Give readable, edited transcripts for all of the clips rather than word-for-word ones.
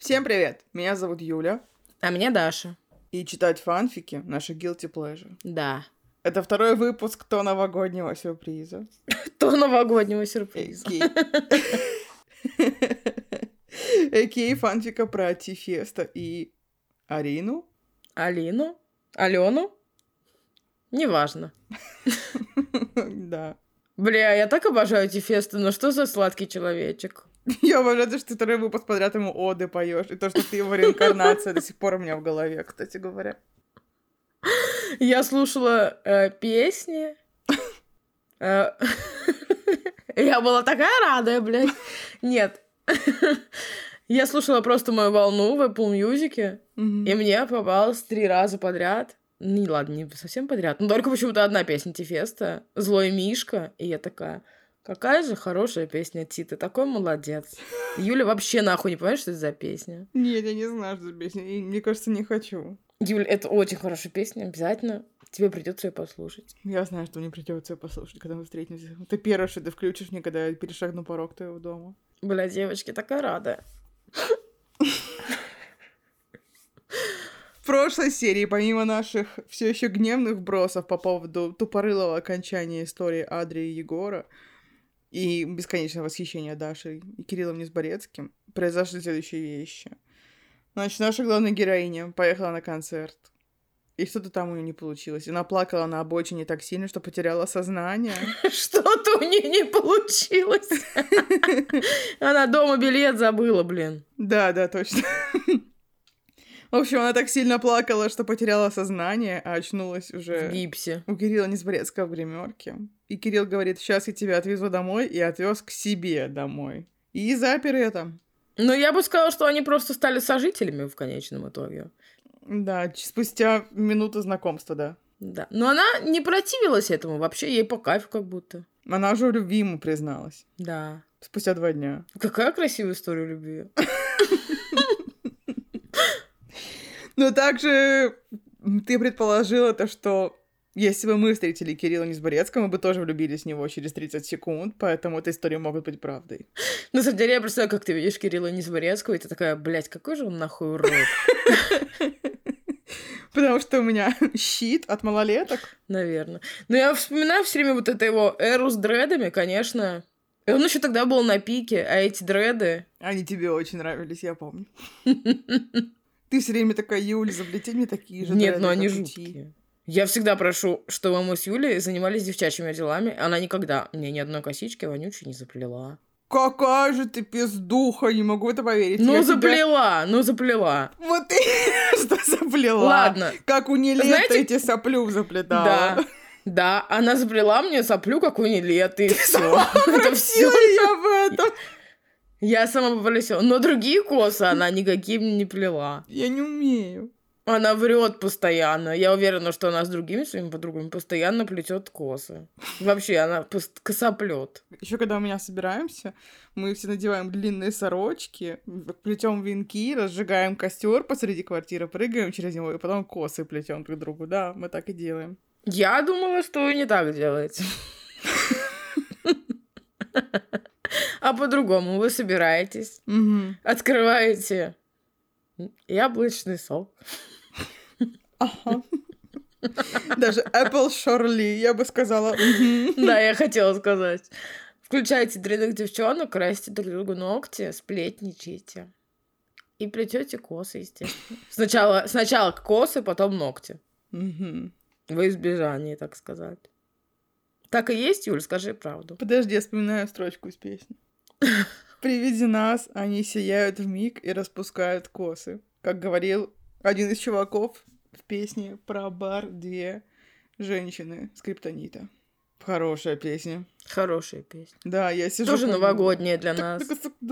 Всем привет! Меня зовут Юля. А меня Даша. И читать фанфики — наша guilty pleasure. Да. Это второй выпуск «То новогоднего сюрприза». То новогоднего сюрприза. Окей, фанфика про Ти-Феста и Арину. Алину? Алену? Неважно. Да. Бля, я так обожаю Ти-Феста, но что за сладкий человечек? Я обожаю, что ты второй выпуск подряд ему оды поешь. И то, что ты его реинкарнация до сих пор у меня в голове, кстати говоря. Я слушала песни. Я была такая рада, блядь. Нет. Я слушала просто мою волну в Apple Music, и мне попалось 3 раза подряд. Ну, ладно, не совсем подряд, но только почему-то одна песня Ти-Феста, «Злой Мишка», и я такая, какая же хорошая песня, Ти, ты такой молодец. Юля вообще нахуй не понимает, что это за песня. Нет, я не знаю, что за песня, и мне кажется, не хочу. Юля, это очень хорошая песня, обязательно тебе придется ее послушать. Я знаю, что мне придется ее послушать, когда мы встретимся. Это первое, что ты включишь мне, когда я перешагну порог твоего дома. Бля, девочки, такая рада. В прошлой серии, помимо наших все еще гневных бросов по поводу тупорылого окончания истории Адри и Егора и бесконечного восхищения Дашей и Кириллом Низборецким, произошли следующие вещи. Значит, наша главная героиня поехала на концерт, и что-то там у нее не получилось. Она плакала на обочине так сильно, что потеряла сознание. Что-то у нее не получилось. Она дома билет забыла, блин. Да, точно. В общем, она так сильно плакала, что потеряла сознание, а очнулась уже в гипсе у Кирилла Низборецкого в гримерке. И Кирилл говорит, сейчас я тебя отвезу домой, и отвез к себе домой. И запер это. Ну, я бы сказала, что они просто стали сожителями в конечном итоге. Да, спустя минуту знакомства, да. Да, но она не противилась этому, вообще ей по кайфу как будто. Она уже в любви ему призналась. Да. Спустя 2 дня. Какая красивая история любви. Но также ты предположила то, что если бы мы встретили Кирилла Низборецкого, мы бы тоже влюбились в него через 30 секунд, поэтому эта история могут быть правдой. На самом деле, я представляю, как ты видишь Кирилла Низборецкого, и ты такая, блядь, какой же он нахуй урод. Потому что у меня щит от малолеток. Наверное. Но я вспоминаю все время вот это его эру с дредами, конечно. И он еще тогда был на пике, а эти дреды... Они тебе очень нравились, я помню. Ты все время такая, Юля, заплети мне такие же. Нет, но они жуткие. Я всегда прошу, чтобы мы с Юлей занимались девчачьими делами. Она никогда мне ни одной косички вонючей не заплела. Какая же ты пиздуха, не могу это поверить. Ну, заплела. Вот ты что заплела. Ладно. Как у Нилетты эти соплю заплетала. Да, она заплела мне соплю, как у Нилетты, и все. Это все я в этом. Я сама попросила. Но другие косы она никаким не плела. Я не умею. Она врет постоянно. Я уверена, что она с другими своими подругами постоянно плетет косы. Вообще, она косоплет. Еще когда у меня собираемся, мы все надеваем длинные сорочки, плетем венки, разжигаем костер посреди квартиры, прыгаем через него и потом косы плетем друг другу. Да, мы так и делаем. Я думала, что вы не так делаете. А по-другому вы собираетесь, открываете яблочный сок. Ага. Даже Apple Shirley, я бы сказала. Да, я хотела сказать. Включайте дрянных девчонок, красите друг другу ногти, сплетничайте. И плетете косы, естественно. Сначала косы, потом ногти. Во избежание, так сказать. Так и есть, Юль, скажи правду. Подожди, я вспоминаю строчку из песни. При виде нас они сияют вмиг и распускают косы. Как говорил один из чуваков в песне про бар 2 женщины скриптонита. Хорошая песня. Хорошая песня. Да, я сижу... Тоже новогодняя для нас.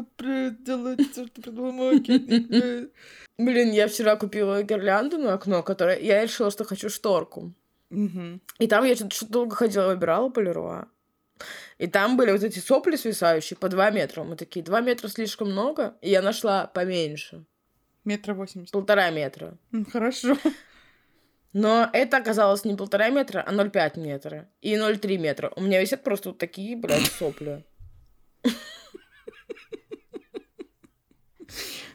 Блин, я вчера купила гирлянду на окно, которая... Я решила, что хочу шторку. И там я что-то долго ходила, выбирала по Леруа. И там были вот эти сопли свисающие по 2 метра. Мы такие, 2 метра слишком много. И я нашла поменьше. 1,80 м. 1,5 метра. Хорошо. Но это оказалось не 1,5 метра, а 0,5 метра. И 0,3 метра. У меня висят просто вот такие, блядь, сопли.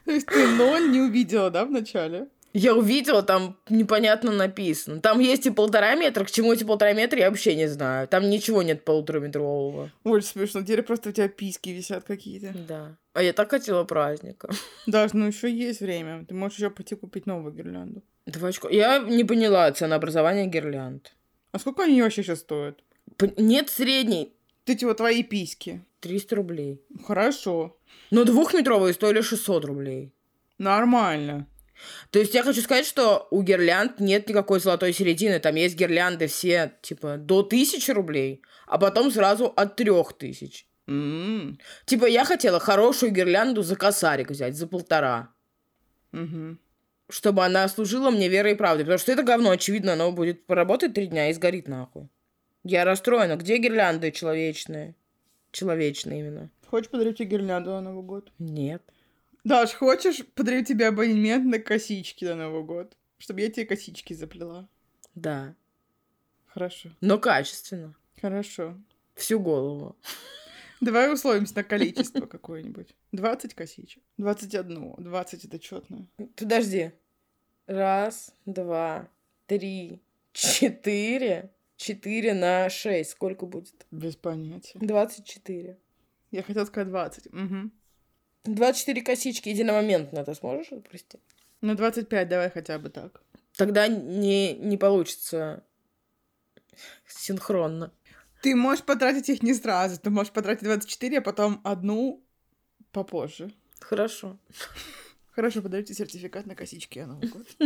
То есть ты 0 не увидела, да, в начале? Я увидела, там непонятно написано. Там есть и 1,5 метра, к чему эти 1,5 метра, я вообще не знаю. Там ничего нет 1,5-метрового. Очень смешно, теперь просто у тебя письки висят какие-то. Да. А я так хотела праздника. Даже, ну еще есть время. Ты можешь еще пойти купить новую гирлянду. 2 очка. Я не поняла ценообразование гирлянд. А сколько они вообще сейчас стоят? Нет средней. Ты типа твои письки. 300 рублей. Хорошо. Но 2-метровые стоили 600 рублей. Нормально. То есть я хочу сказать, что у гирлянд нет никакой золотой середины. Там есть гирлянды все, типа, до 1000 рублей, а потом сразу от 3000. Типа, я хотела хорошую гирлянду за косарик взять, за 1,5. Чтобы она служила мне верой и правдой. Потому что это говно, очевидно, оно будет поработать 3 дня и сгорит нахуй. Я расстроена. Где гирлянды человечные? Человечные именно. Хочешь подарить тебе гирлянду на Новый год? Нет. Даш, хочешь подарить тебе абонемент на косички на Новый год? Чтобы я тебе косички заплела. Да. Хорошо. Но качественно. Хорошо. Всю голову. Давай условимся на количество какое-нибудь. 20 косичек. 21. 20 это четно. Подожди. 1, 2, 3, 4. 4 на 6. Сколько будет? Без понятия. 24. Я хотела сказать 20. Угу. 24 косички единомоментно ты сможешь отпустить? На 25 давай хотя бы так. Тогда не получится синхронно. Ты можешь потратить их не сразу. Ты можешь потратить 24, а потом одну попозже. Хорошо. Хорошо, подарите сертификат на косички на Новый год.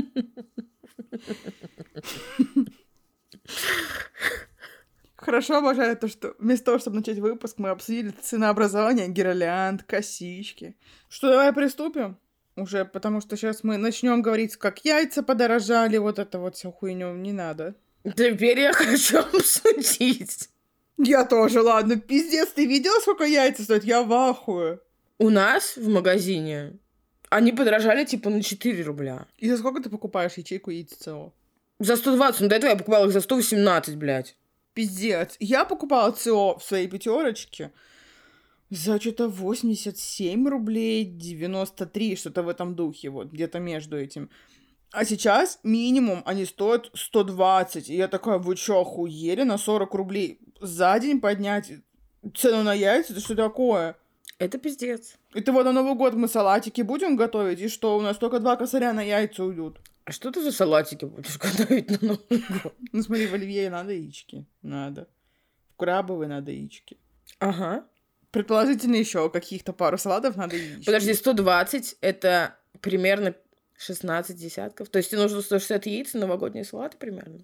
Хорошо, обожаю то, что вместо того, чтобы начать выпуск, мы обсудили ценообразование, гирлянд, косички. Что, давай приступим? Уже, потому что сейчас мы начнем говорить, как яйца подорожали, вот это вот всю хуйню, не надо. Теперь я хочу обсудить. Я тоже, ладно, пиздец, ты видела, сколько яйца стоят? Я в ахуе. У нас в магазине они подорожали типа на 4 рубля. И за сколько ты покупаешь ячейку яиц ЦО? За 120, но до этого я покупала их за 118, блядь. Пиздец. Я покупала ЦО в своей пятерочке за что-то 87 рублей, 93, что-то в этом духе, вот, где-то между этим. А сейчас минимум они стоят 120. И я такая, вы что, охуели? На 40 рублей за день поднять цену на яйца? Это что такое? Это пиздец. Это вот на Новый год мы салатики будем готовить, и что, у нас только 2 косаря на яйца уйдут. А что ты за салатики будешь готовить на Новый год? Ну смотри, в оливье надо яички. Надо. В крабовые надо яички. Ага. Предположительно, еще каких-то пару салатов надо яички. Подожди, 120 это примерно 16 десятков. То есть тебе нужно 160 яиц и новогодние салаты примерно?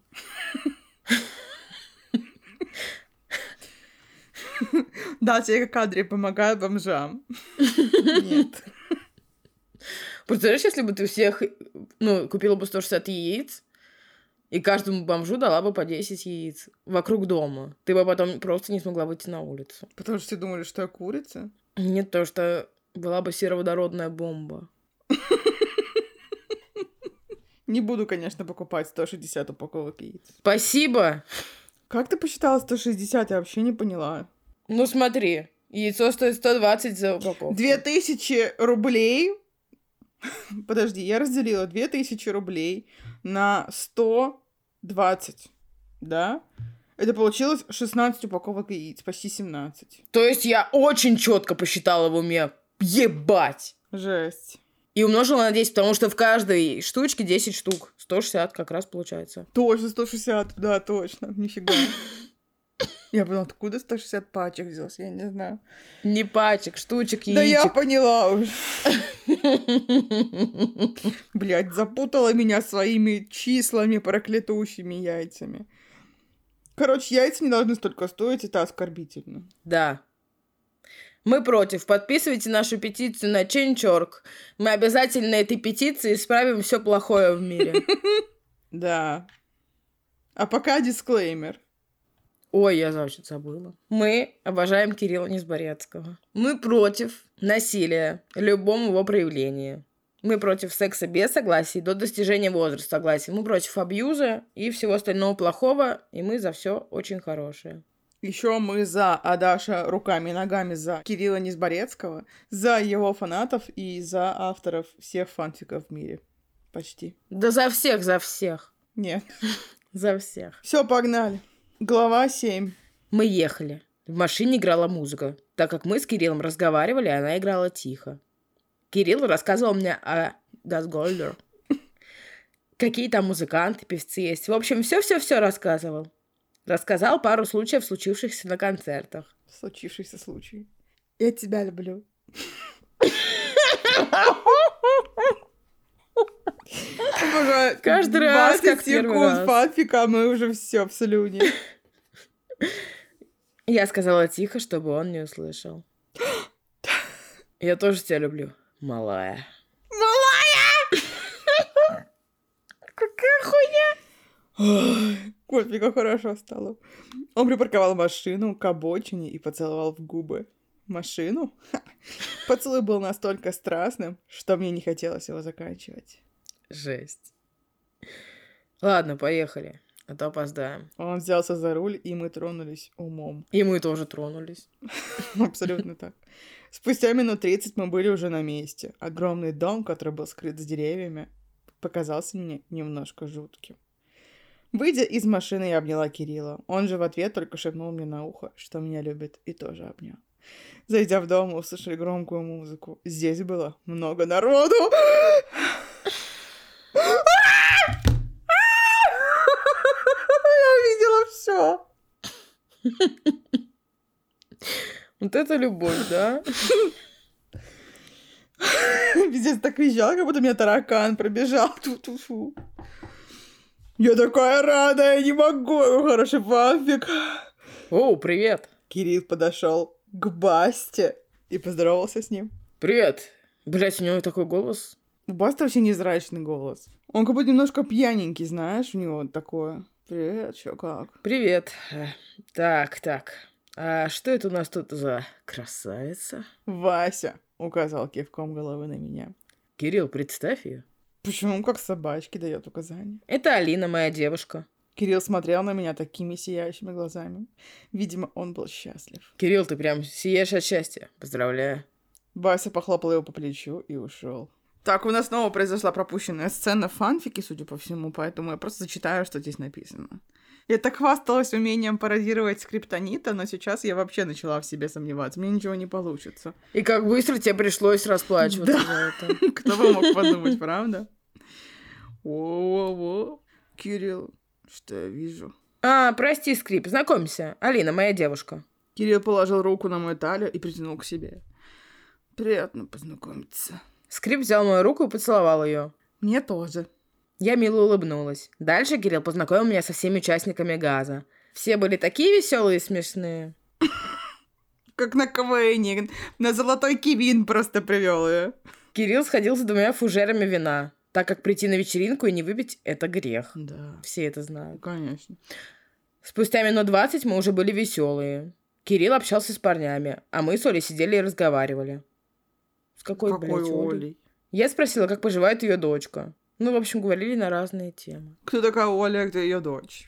Да, тебе как Адри помогают бомжам. Нет. Представляешь, если бы ты всех, купила бы 160 яиц, и каждому бомжу дала бы по 10 яиц вокруг дома. Ты бы потом просто не смогла выйти на улицу. Потому что все думали, что я курица? Нет, потому что была бы сероводородная бомба. Не буду, конечно, покупать 160 упаковок яиц. Спасибо! Как ты посчитала 160? Я вообще не поняла. Ну смотри, яйцо стоит 120 за упаковку. 2000 рублей. Подожди, я разделила 2000 рублей на 120, да? Это получилось 16 упаковок яиц, почти 17. То есть я очень четко посчитала в уме. Ебать! Жесть. И умножила на 10, потому что в каждой штучке 10 штук. 160 как раз получается. Точно, 160, да, точно. Нифига. Я поняла, откуда 160 пачек взялся, я не знаю. Не пачек, штучек, яичек. Да я поняла уже. Блядь, запутала меня своими числами, проклятущими яйцами. Короче, яйца не должны столько стоить, это оскорбительно. Да. Мы против. Подписывайте нашу петицию на Change.org. Мы обязательно этой петицией исправим все плохое в мире. Да. А пока дисклеймер. Ой, я вообще забыла. Мы обожаем Кирилла Низборецкого. Мы против насилия, любом его проявлении. Мы против секса без согласия до достижения возраста согласия. Мы против абьюза и всего остального плохого, и мы за все очень хорошее. Еще мы за, а Даша руками и ногами за Кирилла Низборецкого, за его фанатов и за авторов всех фанфиков в мире. Почти. Да за всех, за всех. Нет. За всех. Все, погнали. Глава 7. Мы ехали. В машине играла музыка. Так как мы с Кириллом разговаривали, она играла тихо. Кирилл рассказывал мне о Газгольдер. Какие там музыканты, певцы есть. В общем, все рассказывал. Рассказал пару случаев, случившихся на концертах. Случившийся случай. Я тебя люблю. Каждый раз, как первый раз. 20 секунд фанфика, мы уже все в слюне. Я сказала тихо, чтобы он не услышал. Я тоже тебя люблю, малая. Малая! Какая хуйня! Кофе, как хорошо стало. Он припарковал машину к обочине и поцеловал в губы. Машину? Поцелуй был настолько страстным, что мне не хотелось его заканчивать. Жесть. Ладно, поехали, а то опоздаем. Он взялся за руль, и мы тронулись умом. И мы тоже тронулись. Абсолютно так. Спустя минут 30 мы были уже на месте. Огромный дом, который был скрыт с деревьями, показался мне немножко жутким. Выйдя из машины, я обняла Кирилла. Он же в ответ только шепнул мне на ухо, что меня любит, и тоже обнял. Зайдя в дом, мы услышали громкую музыку. Здесь было много народу. Я видела все. Вот это любовь, да? Пиздец, так визжал, как будто у меня таракан пробежал. Ту-ту-фу. Я такая рада, я не могу. Хороший фанфик. О, привет. Кирилл подошел к Басте и поздоровался с ним. Привет. Блять, у него такой голос. У Басты вообще невзрачный голос. Он как будто немножко пьяненький, знаешь, у него такое. Привет, чё, как? Привет. Так. А что это у нас тут за красавица? Вася, указал кивком головы на меня. Кирилл, представь ее. Почему как собачки дает указания? Это Алина, моя девушка. Кирилл смотрел на меня такими сияющими глазами. Видимо, он был счастлив. Кирилл, ты прям сияешь от счастья. Поздравляю. Вася похлопал его по плечу и ушел. Так, у нас снова произошла пропущенная сцена в фанфике, судя по всему, поэтому я просто зачитаю, что здесь написано. Я так хвасталась умением пародировать скриптонита, но сейчас я вообще начала в себе сомневаться. Мне ничего не получится. И как быстро тебе пришлось расплачиваться за это. Кто бы мог подумать, правда? Во-во-во. Кирилл, что я вижу? Прости, Скрип, знакомься. Алина, моя девушка. Кирилл положил руку на мою талию и притянул к себе. Приятно познакомиться. Скрип взял мою руку и поцеловал ее. Мне тоже. Я мило улыбнулась. Дальше Кирилл познакомил меня со всеми участниками газа. Все были такие веселые и смешные. Как на КВН. На золотой кивин просто привел ее. Кирилл сходил за 2 фужерами вина, так как прийти на вечеринку и не выпить – это грех. Да. Все это знают. Конечно. Спустя минут 20 мы уже были веселые. Кирилл общался с парнями, а мы с Олей сидели и разговаривали. С какой блядь, Олей? Я спросила, как поживает ее дочка. Ну, в общем, говорили на разные темы. Кто такая Оля, кто ее дочь?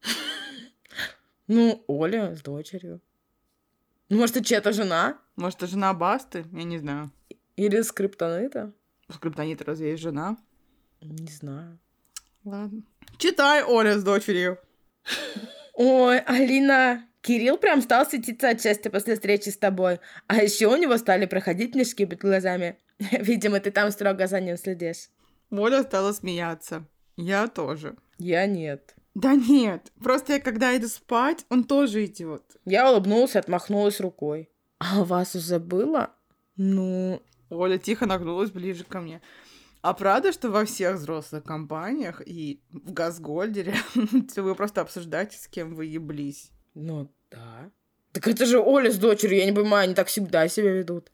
Ну, Оля с дочерью. Ну, может, это чья-то жена? Может, это жена Басты? Я не знаю. Или скриптонита? У скриптонита разве есть жена? Не знаю. Ладно. Читай, Оля с дочерью. Ой, Алина, Кирилл прям стал светиться от счастья после встречи с тобой. А еще у него стали проходить мешки под глазами. Видимо, ты там строго за ним следишь. Оля стала смеяться. Я тоже. Я нет. Да нет, просто я когда иду спать, он тоже идет. Я улыбнулась, отмахнулась рукой. А у вас уже было? Ну... Оля тихо нагнулась ближе ко мне. А правда, что во всех взрослых компаниях и в Газгольдере вы просто обсуждаете, с кем вы еблись? Ну, да. Так это же Оля с дочерью, я не понимаю, они так всегда себя ведут.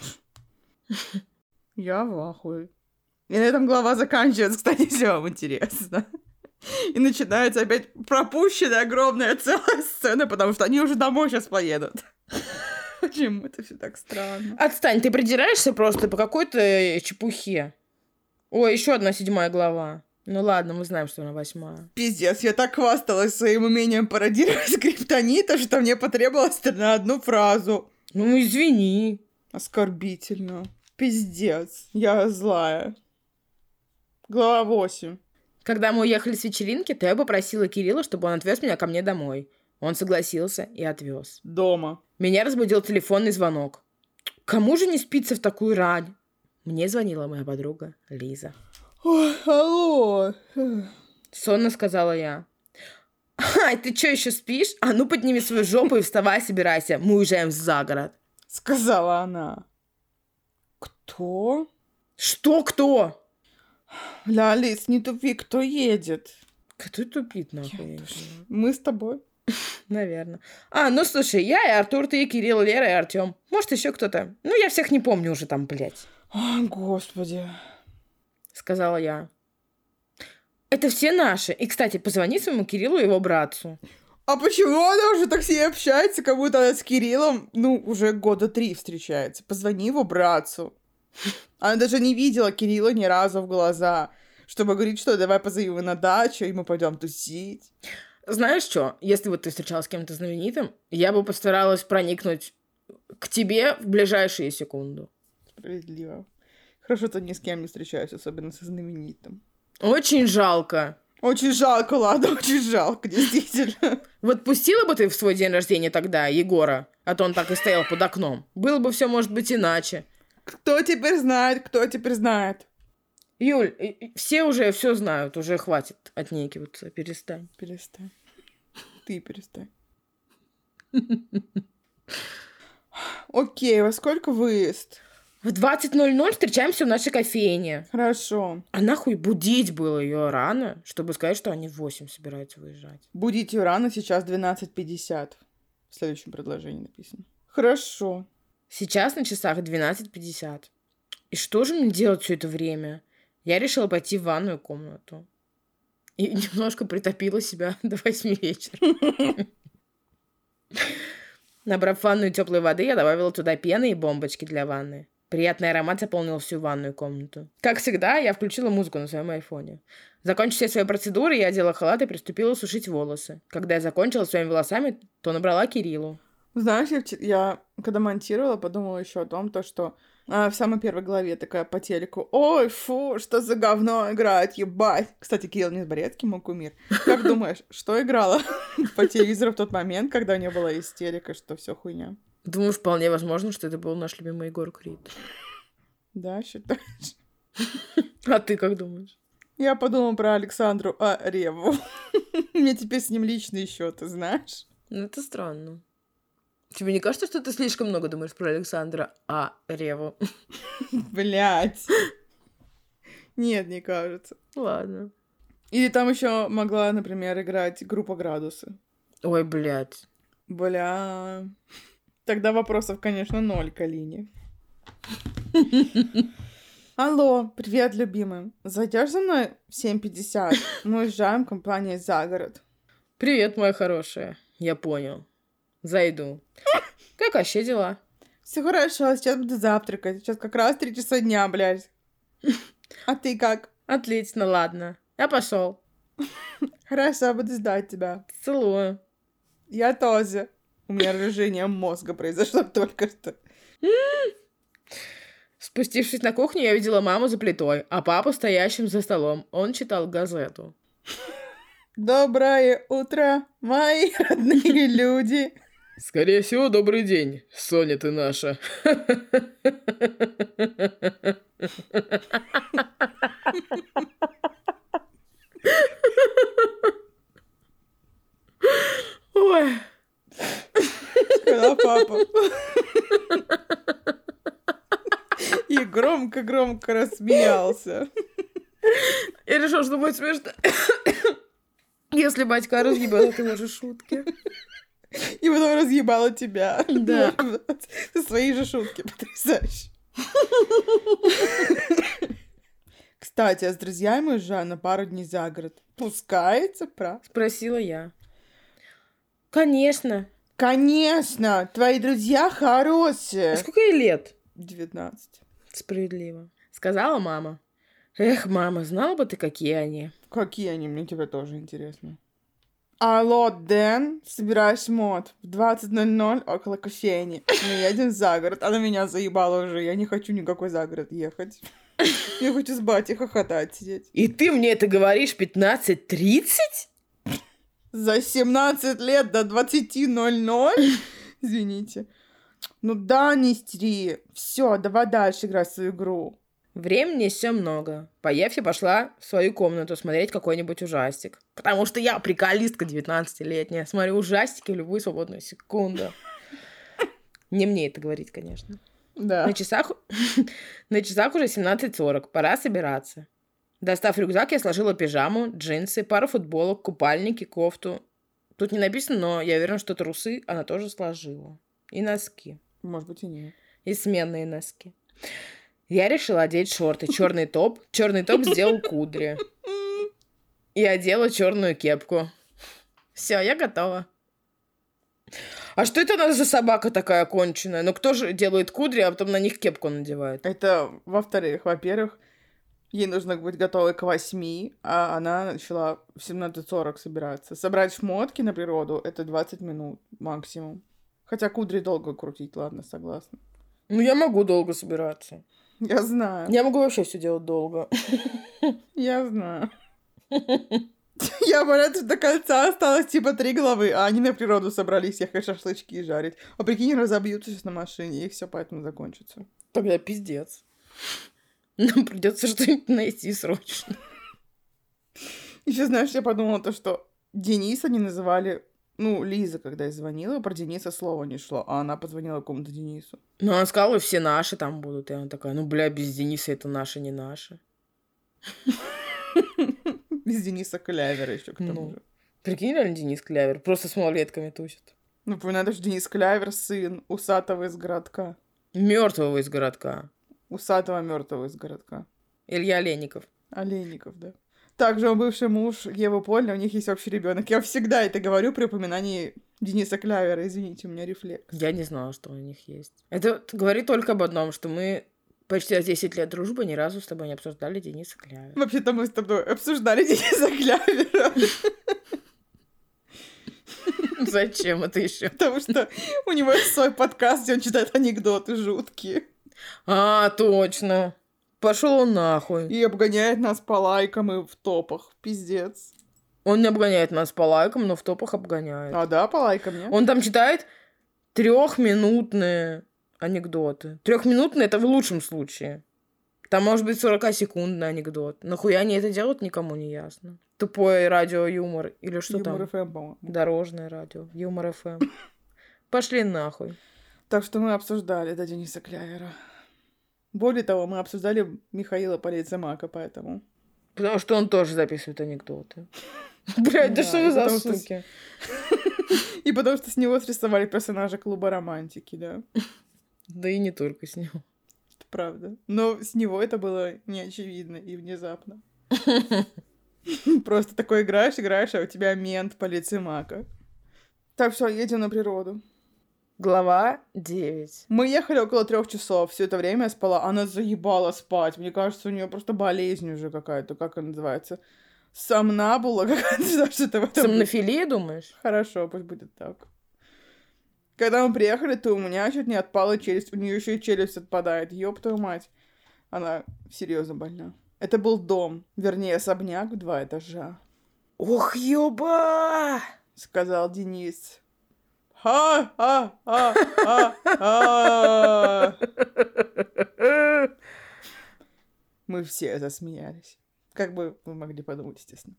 Я в ахуе. И на этом глава заканчивается, кстати, если вам интересно. И начинается опять пропущенная огромная целая сцена, потому что они уже домой сейчас поедут. Почему это все так странно? Отстань, ты придираешься просто по какой-то чепухе. Ой, еще одна 7 глава. Ну ладно, мы знаем, что она 8. Пиздец, я так хвасталась своим умением пародировать скриптонита, что мне потребовалось на одну фразу. Ну, извини. Оскорбительно. Пиздец, я злая. Глава 8. Когда мы уехали с вечеринки, то я попросила Кирилла, чтобы он отвез меня ко мне домой. Он согласился и отвез. Дома. Меня разбудил телефонный звонок. Кому же не спится в такую рань? Мне звонила моя подруга Лиза. Ой, алло. Сонно сказала я. Ай, ты что, еще спишь? А ну подними свою жопу и вставай, собирайся. Мы уезжаем за город. Сказала она. Кто? Что кто? Ля, Лиз, не тупи, кто едет? Кто тупит, нахуй? Мы с тобой. Наверное. Ну слушай, я и Артур, ты и Кирилл, Лера и Артем. Может, еще кто-то. Ну, я всех не помню уже там, блядь. О, господи. Сказала я. Это все наши. И, кстати, позвони своему Кириллу и его братцу. А почему она уже так с ней общается, как будто она с Кириллом, уже 3 года встречается? Позвони его братцу. Она даже не видела Кирилла ни разу в глаза, чтобы говорить, что давай позовем его на дачу, и мы пойдем тусить. Знаешь что, если вот ты встречалась с кем-то знаменитым, я бы постаралась проникнуть к тебе в ближайшие секунды. Справедливо. Хорошо, что ни с кем не встречаюсь, особенно со знаменитым. Очень жалко. Очень жалко, ладно, очень жалко, действительно. Вот пустила бы ты в свой день рождения тогда Егора, а то он так и стоял под окном. Было бы все, может быть, иначе. Кто теперь знает? Юль, все уже все знают, уже хватит отнекиваться, перестань. Перестань. Ты перестань. Окей, во сколько выезд? В 20:00 встречаемся в нашей кофейне. Хорошо. А нахуй будить было ее рано, чтобы сказать, что они в 8 собираются выезжать. Будить ее рано, сейчас 12:50. В следующем предложении написано. Хорошо. Сейчас на часах 12:50. И что же мне делать все это время? Я решила пойти в ванную комнату. И немножко притопила себя до 8 вечера. Набрав ванную теплой воды, я добавила туда пены и бомбочки для ванны. Приятный аромат заполнил всю ванную комнату. Как всегда, я включила музыку на своем айфоне. Закончив все свои процедуры, я одела халат и приступила сушить волосы. Когда я закончила своими волосами, то набрала Кириллу. Знаешь, я когда монтировала, подумала еще о том, что в самой первой главе такая по телеку: ой, фу, что за говно играет, ебать. Кстати, Кирилл Незборецкий, мой кумир. Как думаешь, что играла по телевизору в тот момент, когда у нее была истерика, что все хуйня? Думаю, вполне возможно, что это был наш любимый Егор Крид. Да, считаешь? А ты как думаешь? Я подумала про Александру Реву. У меня теперь с ним личные счеты, знаешь? Ну, это странно. Тебе не кажется, что ты слишком много думаешь про Александра Реву? Блять. Нет, не кажется. Ладно. Или там еще могла, например, играть группа «Градусы». Ой, блядь. Бля. Тогда вопросов, конечно, 0 к Алине. Алло, привет, любимый. Зайдешь за мной в 7:50? Мы уезжаем компанией за город. Привет, моя хорошая. Я понял. Зайду. Как вообще дела? Все хорошо, сейчас буду завтракать. Сейчас как раз 3 часа дня, блядь. А ты как? Отлично, ладно. Я пошел. Хорошо, буду ждать тебя. Целую. Я тоже. У меня разжижение мозга произошло только что. Спустившись на кухню, я видела маму за плитой, а папу стоящим за столом. Он читал газету. Доброе утро, мои родные люди. Скорее всего, добрый день, Соня ты наша. Ой. Сказал папа. И громко-громко рассмеялся. Я решил, что будет смешно, если батька разъебал от его же шутки. И потом разъебала тебя. Да. За свои же шутки. Потрясающе. Кстати, а с друзьями уезжаю на пару дней за город. Пускается, правда? Спросила я. Конечно. Конечно, твои друзья хорошие. А сколько ей лет? 19. Справедливо. Сказала мама. Эх, мама, знала бы ты, какие они. Какие они? Мне тебе тоже интересно. Алло, Дэн, собирай шмот. В 20:00 около кофейни. Мы едем за город. Она меня заебала уже. Я не хочу никакой за город ехать. Я хочу с батей хохотать сидеть. И ты мне это говоришь 15:30? За 17 лет до 20:00? Извините. Ну да, не истери. Все, давай дальше играть в свою игру. Времени еще много. Поев, я пошла в свою комнату смотреть какой-нибудь ужастик. Потому что я приколистка 19-летняя. Смотрю ужастики в любую свободную секунду. Не мне это говорить, конечно. Да. На часах уже 17:40. Пора собираться. Достав рюкзак, я сложила пижаму, джинсы, пару футболок, купальники, кофту. Тут не написано, но я уверена, что трусы она тоже сложила. И носки. Может быть, и нет. И сменные носки. Я решила одеть шорты, черный топ. Черный топ сделал кудри. И одела черную кепку. Все, я готова. А что это у нас за собака такая конченая? Ну кто же делает кудри, а потом на них кепку надевает? Это, во-вторых, во-первых, ей нужно быть готовой к 8, а она начала в 17:40 собираться. Собрать шмотки на природу — это 20 минут максимум. Хотя кудри долго крутить, ладно, согласна. Ну, я могу долго собираться. Я знаю. Я могу вообще все делать долго. Я знаю. Я боюсь, что до конца осталось типа 3 главы, а они на природу собрались ехать шашлычки жарить. А прикинь, разобьются сейчас на машине, и все поэтому закончится. Тогда пиздец. Нам придется что-нибудь найти срочно. Еще знаешь, я подумала то, что Дениса не называли... Ну, Лиза, когда я звонила, про Дениса слова не шло, а она позвонила какому-то Денису. Ну, она сказала, все наши там будут. И она такая, ну, бля, без Дениса это наши, не наши. Без Дениса Клявера еще к тому же. Прикинь, реально Денис Клявер. Просто с малолетками тусит. Ну, напоминаю, что Денис Клявер сын усатого из городка. Мертвого из городка. Усатого мертвого из городка. Илья Олейников. Олейников, да. Также он бывший муж Евы Польны, у них есть общий ребенок. Я всегда это говорю при упоминании Дениса Клявера. Извините, у меня рефлекс. Я не знала, что у них есть. Это говорит только об одном, что мы почти 10 лет дружбы ни разу с тобой не обсуждали Дениса Клявера. Вообще-то мы с тобой обсуждали Дениса Клявера. Зачем это еще? Потому что у него есть свой подкаст, где он читает анекдоты жуткие. А, точно. Пошел он нахуй. И обгоняет нас по лайкам и в топах. Пиздец. Он не обгоняет нас по лайкам, но в топах обгоняет. А, да, по лайкам, нет? Он там читает 3-минутные анекдоты. 3-минутные — это в лучшем случае. Там может быть 40-секундный анекдот. Нахуя они это делают, никому не ясно. Тупой радио-юмор. Или что Юмор там? ФМ, по-моему. Дорожное радио. Юмор ФМ. Пошли нахуй. Так что мы обсуждали, да, Дениса Клявера. Более того, мы обсуждали Михаила Полицемака, поэтому... Потому что он тоже записывает анекдоты. Блядь, да что вы за суки? И потому что с него срисовали персонажа клуба романтики, да? Да и не только с него. Это правда. Но с него это было неочевидно и внезапно. Просто такой играешь, а у тебя мент Полицемака. Так, все, едем на природу. Глава 9. Мы ехали около 3 часов. Все это время я спала. Она заебала спать. Мне кажется, у нее просто болезнь уже какая-то. Как она называется? Сомнабула какая-то. Что-то в этом. Сомнофилия, думаешь? Хорошо, пусть будет так. Когда мы приехали, то у меня чуть не отпала челюсть. У нее еще и челюсть отпадает. Ёб твою мать. Она серьезно больна. Это был дом. Вернее, особняк в 2 этажа. Ох, ёба! Сказал Денис. Ха-ха-ха-ха-ха! Мы все засмеялись. Как бы вы могли подумать, естественно.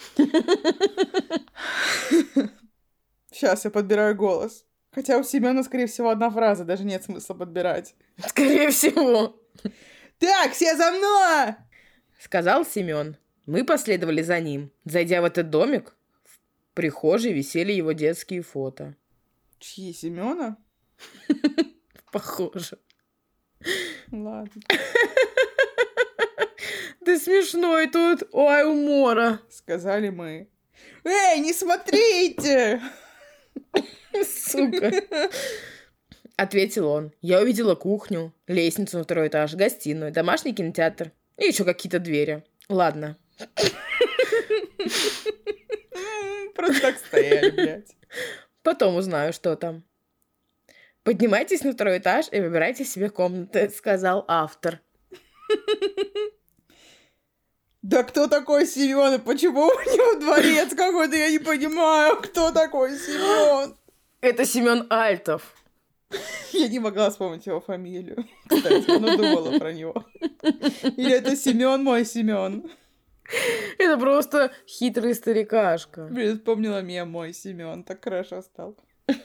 Сейчас я подбираю голос. Хотя у Семёна, скорее всего, одна фраза. Даже нет смысла подбирать. Скорее всего. Так, все за мной! Сказал Семён. Мы последовали за ним. Зайдя в этот домик, в прихожей висели его детские фото. Чьи, Семёна? Похоже. Ладно. Ты смешной тут. Ой, умора. Сказали мы. Эй, не смотрите! Сука. Ответил он. Я увидела кухню, лестницу на 2-й этаж, гостиную, домашний кинотеатр И еще какие-то двери. Ладно. Просто так стояли, блядь. Потом узнаю, что там. Поднимайтесь на второй этаж и выбирайте себе комнаты, сказал автор. Да кто такой Семен? И почему у него дворец какой-то? Я не понимаю, кто такой Семен. Это Семен Альтов. Я не могла вспомнить его фамилию. Кстати, но думала про него. Или это Семен мой Семен. Это просто хитрый старикашка. Блин, вспомнила мем мой Семен. Так хорошо стал.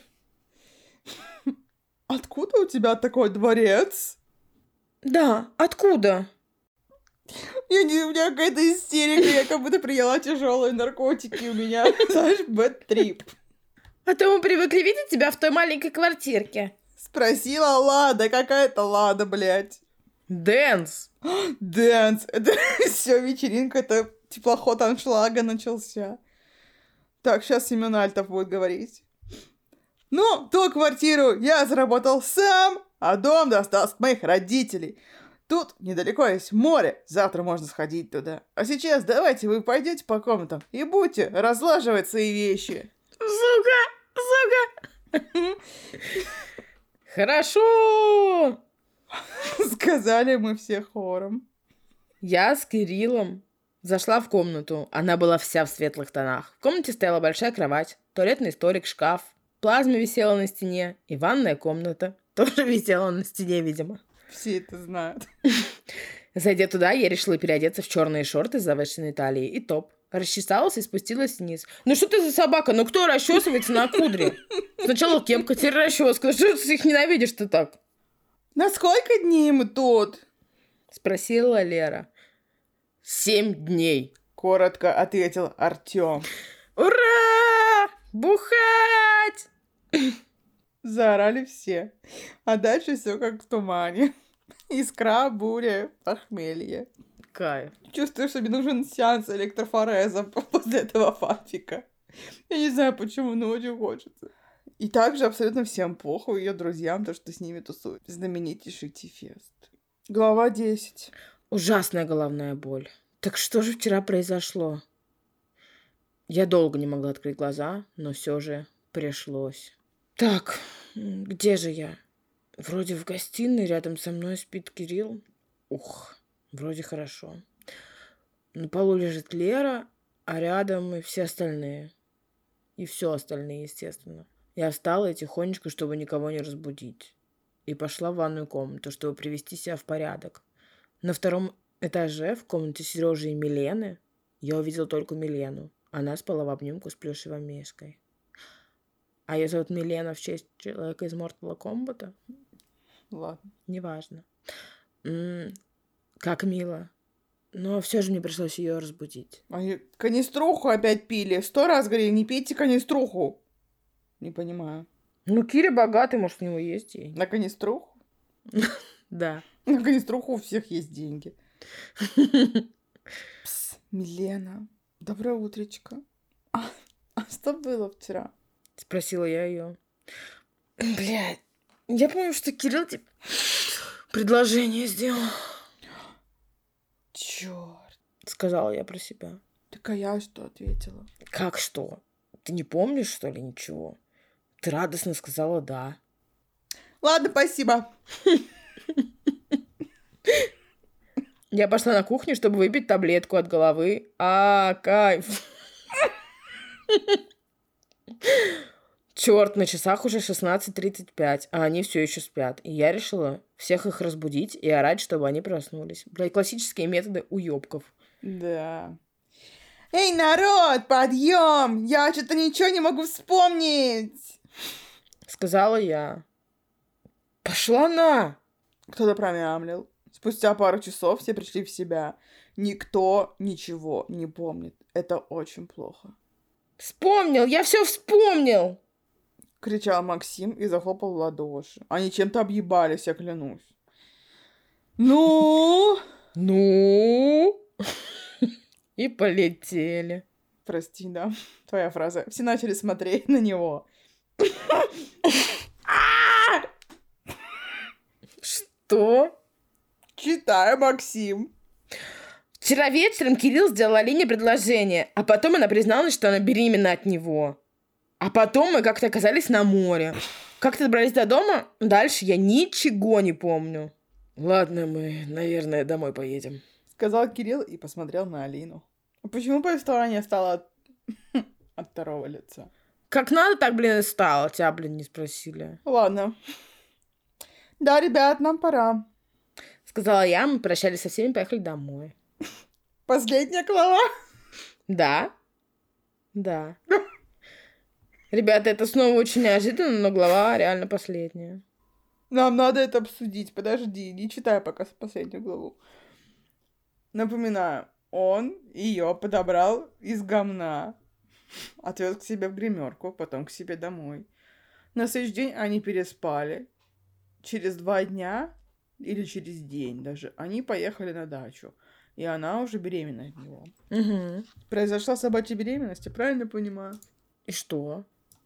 Откуда у тебя такой дворец? Да, откуда? У меня какая-то истерика. Я как будто приняла тяжелые наркотики. У меня, знаешь, бэд-трип. А то мы привыкли видеть тебя в той маленькой квартирке. Спросила Лада. Какая-то Лада, блядь. Дэнс. Дэнс. Это все вечеринка. Это теплоход аншлага начался. Так, сейчас Семен Альтов будет говорить. Ну, ту квартиру я заработал сам, а дом достался от моих родителей. Тут недалеко есть море, завтра можно сходить туда. А сейчас давайте вы пойдете по комнатам и будете разлаживать свои вещи. Сука! Хорошо! Сказали мы все хором. Я с Кириллом зашла в комнату. Она была вся в светлых тонах. В комнате стояла большая кровать, туалетный столик, шкаф. Плазма висела на стене, и ванная комната тоже висела на стене, видимо. Все это знают. Зайдя туда, я решила переодеться в черные шорты с завышенной талией и топ. Расчесалась и спустилась вниз. Ну что ты за собака? Ну кто расчесывается на кудре? Сначала кепка, теперь расческа. Что ты их ненавидишь-то так? На сколько дней мы тут? Спросила Лера. 7 дней. Коротко ответил Артём. Ура! Бухать! Заорали все. А дальше все как в тумане. Искра, буря, похмелье. Кайф. Чувствую, что мне нужен сеанс электрофореза после этого фанфика. Я не знаю почему, но очень хочется. И также абсолютно всем похуй, ее друзьям, то, что с ними тусуют. Знаменитейший Ти-фест. Глава 10. Ужасная головная боль. Так что же вчера произошло? Я долго не могла открыть глаза, но все же пришлось. Так, где же я? Вроде в гостиной рядом со мной спит Кирилл. Ух, вроде хорошо. На полу лежит Лера, а рядом и все остальные. И все остальные, естественно. Я встала и тихонечко, чтобы никого не разбудить. И пошла в ванную комнату, чтобы привести себя в порядок. На втором этаже, в комнате Сережи и Милены, я увидела только Милену. Она спала в обнимку с плюшевой мишкой. А ее зовут Милена в честь человека из Mortal Kombat? Ладно. Неважно. Как мило. Но все же мне пришлось ее разбудить. Они каниструху опять пили. 100 раз говорили, не пейте каниструху. Не понимаю. Ну, Киря богатый, может, у него есть деньги. На каниструху? Да. На каниструху у всех есть деньги. Пс, Милена, доброе утречко. А что было вчера? Спросила я ее. Блядь, я помню, что Кирилл тебе предложение сделал. Чёрт. Сказала я про себя. Так а я что ответила? Как что? Ты не помнишь, что ли, ничего? Ты радостно сказала «да». Ладно, спасибо. Я пошла на кухню, чтобы выпить таблетку от головы. Кайф. Черт, на часах уже 16:35, а они все еще спят. И я решила всех их разбудить и орать, чтобы они проснулись. Блядь, классические методы уёбков. Да. Эй, народ, подъем! Я что-то ничего не могу вспомнить! Сказала я. Пошла на! Кто-то промямлил. Спустя пару часов все пришли в себя. Никто ничего не помнит. Это очень плохо. Вспомнил! Я все вспомнил! Кричал Максим и захлопал в ладоши. Они чем-то объебались, я клянусь. Ну? И полетели. Прости, да. Твоя фраза. Все начали смотреть на него. Что? Читай, Максим. Вчера вечером Кирилл сделал Алине предложение, а потом она призналась, что она беременна от него. А потом мы как-то оказались на море. Как-то добрались до дома, дальше я ничего не помню. Ладно, мы, наверное, домой поедем. Сказал Кирилл и посмотрел на Алину. А почему повествование стало от второго лица? Как надо, так, блин, и стало. Тебя, блин, не спросили. Ладно. Да, ребят, нам пора. Сказала я, мы прощались со всеми, поехали домой. Последняя глава? Да. Да. Ребята, это снова очень неожиданно, но глава реально последняя. Нам надо это обсудить. Подожди, не читай пока последнюю главу. Напоминаю, он ее подобрал из говна, отвез к себе в гримерку, потом к себе домой. На следующий день они переспали. Через 2 дня, или через день даже, они поехали на дачу. И она уже беременна от него. Угу. Произошла собачья беременность, я правильно понимаю? И что?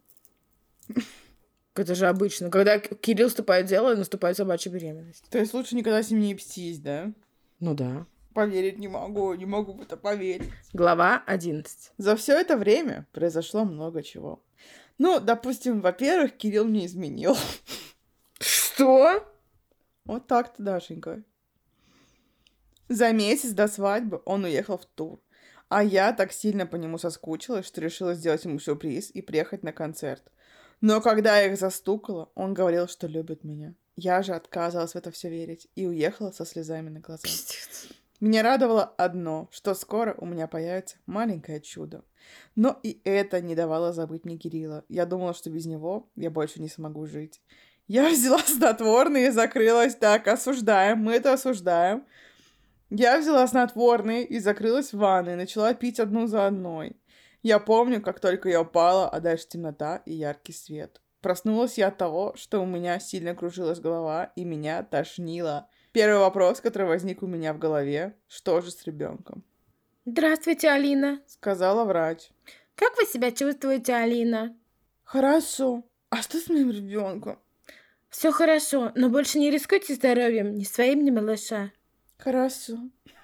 Это же обычно. Когда Кирилл вступает в дело, наступает собачья беременность. То есть лучше никогда с ним не пстись, да? Ну да. Поверить не могу в это поверить. Глава 11. За все это время произошло много чего. Ну, допустим, во-первых, Кирилл мне изменил. Что? Вот так-то, Дашенька. За месяц до свадьбы он уехал в тур. А я так сильно по нему соскучилась, что решила сделать ему сюрприз и приехать на концерт. Но когда я их застукала, он говорил, что любит меня. Я же отказывалась в это все верить и уехала со слезами на глазах. Пиздец. Меня радовало одно, что скоро у меня появится маленькое чудо. Но и это не давало забыть мне Кирилла. Я думала, что без него я больше не смогу жить. Я взяла снотворное и закрылась. Так, осуждаем, мы это осуждаем. Я взяла снотворное и закрылась в ванной, начала пить одну за одной. Я помню, как только я упала, а дальше темнота и яркий свет. Проснулась я от того, что у меня сильно кружилась голова и меня тошнило. Первый вопрос, который возник у меня в голове: что же с ребенком? Здравствуйте, Алина. Сказала врач. Как вы себя чувствуете, Алина? Хорошо. А что с моим ребенком? Все хорошо, но больше не рискуйте здоровьем ни своим, ни малыша. Хорошо.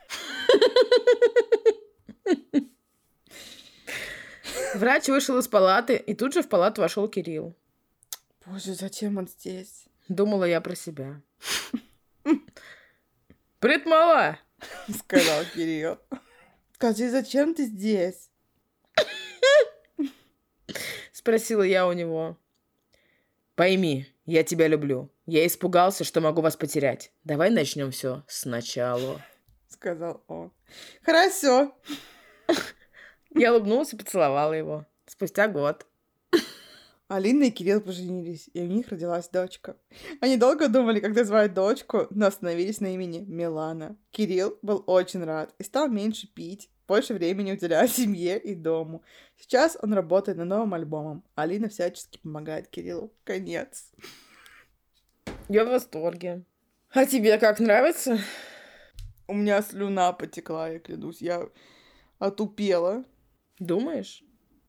Врач вышел из палаты, и тут же в палату вошел Кирилл. Боже, зачем он здесь? Думала я про себя. Привет, мала! Сказал Кирилл. Скажи, зачем ты здесь? Спросила я у него. Пойми, я тебя люблю. Я испугался, что могу вас потерять. Давай начнем все сначала. Сказал он. Хорошо. Я улыбнулась и поцеловала его. Спустя год. Алина и Кирилл поженились, и у них родилась дочка. Они долго думали, как назвать дочку, но остановились на имени Милана. Кирилл был очень рад и стал меньше пить, больше времени уделять семье и дому. Сейчас он работает над новым альбомом. Алина всячески помогает Кириллу. Конец. Я в восторге. А тебе как, нравится? У меня слюна потекла, я клянусь. Я отупела. Думаешь?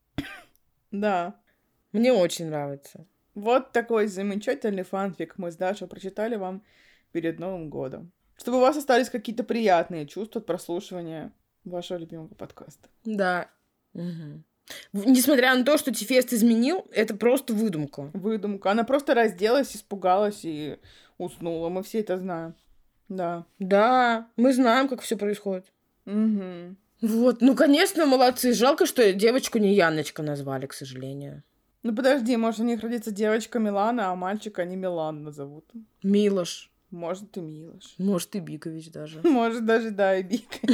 Да. Мне очень нравится. Вот такой замечательный фанфик мы с Дашей прочитали вам перед Новым годом. Чтобы у вас остались какие-то приятные чувства от прослушивания вашего любимого подкаста. Да. Угу. Несмотря на то, что Тифест изменил, это просто выдумка. Выдумка. Она просто разделась, испугалась и уснула. Мы все это знаем. Да. Да, мы знаем, как все происходит. Угу. Вот, ну, конечно, молодцы. Жалко, что девочку не Яночка назвали, к сожалению. Ну, подожди, может, у них родится девочка Милана, а мальчика они Милан назовут. Милош. Может, и Милош. Может, и Бикович даже. Может, даже, да, и Бикович.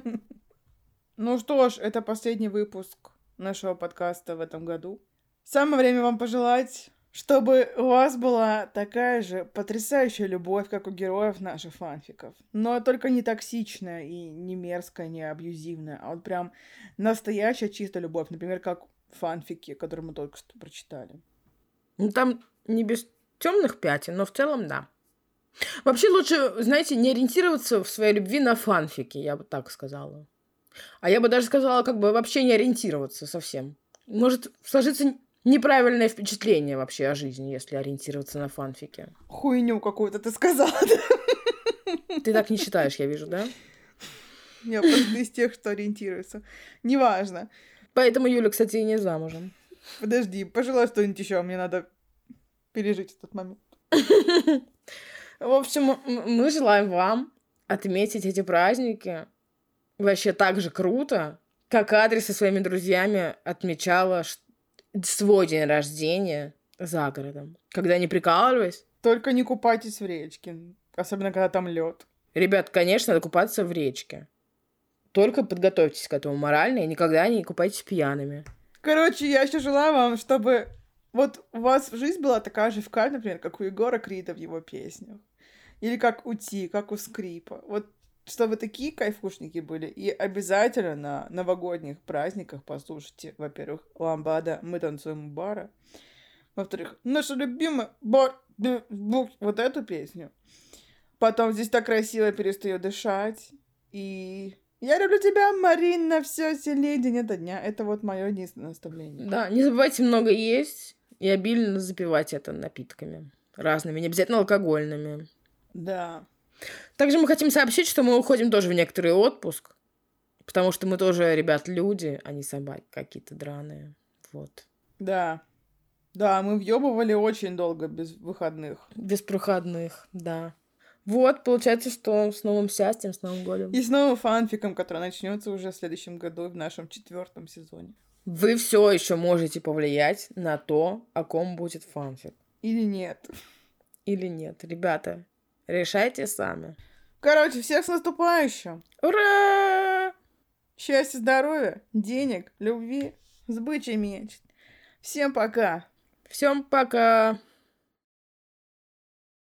Ну что ж, это последний выпуск нашего подкаста в этом году. Самое время вам пожелать, чтобы у вас была такая же потрясающая любовь, как у героев наших фанфиков. Но только не токсичная и не мерзкая, не абьюзивная, а вот прям настоящая чистая любовь. Например, как фанфики, которые мы только что прочитали. Ну, там не без темных пятен, но в целом да. Вообще лучше, знаете, не ориентироваться в своей любви на фанфики, я бы так сказала. А я бы даже сказала, как бы вообще не ориентироваться совсем. Может сложиться неправильное впечатление вообще о жизни, если ориентироваться на фанфики. Хуйню какую-то ты сказала. Ты так не считаешь, я вижу, да? Я просто из тех, что ориентируется. Неважно. Поэтому Юля, кстати, и не замужем. Подожди, пожелай что-нибудь еще, мне надо пережить этот момент. В общем, мы желаем вам отметить эти праздники вообще так же круто, как Адри со своими друзьями отмечала свой день рождения за городом. Когда не прикалывались. Только не купайтесь в речке, особенно когда там лед. Ребят, конечно, надо купаться в речке. Только подготовьтесь к этому морально и никогда не купайтесь пьяными. Короче, я еще желаю вам, чтобы вот у вас жизнь была такая же вкаль, например, как у Егора Крида в его песнях. Или как у Ти, как у Скрипа. Вот чтобы такие кайфушники были. И обязательно на новогодних праздниках послушайте, во-первых, «Ламбада. Мы танцуем у бара». Во-вторых, наша любимая вот эту песню. Потом «Здесь так красиво, перестаю дышать». И «Я люблю тебя, Марина, все сильнее день ото дня». Это вот мое единственное наставление. Да, не забывайте много есть и обильно запивать это напитками разными, не обязательно алкогольными. Да. Также мы хотим сообщить, что мы уходим тоже в некоторый отпуск, потому что мы тоже, ребят, люди, а не собаки какие-то драные. Вот. Да. Да, мы въебывали очень долго без выходных. Без проходных, да. Вот, получается, что с новым счастьем, с Новым годом. И с новым фанфиком, который начнется уже в следующем году, в нашем 4-м сезоне. Вы все еще можете повлиять на то, о ком будет фанфик. Или нет. Или нет. Ребята, решайте сами. Короче, всех с наступающим. Ура! Счастья, здоровья, денег, любви, с бычьей мечт. Всем пока. Всем пока!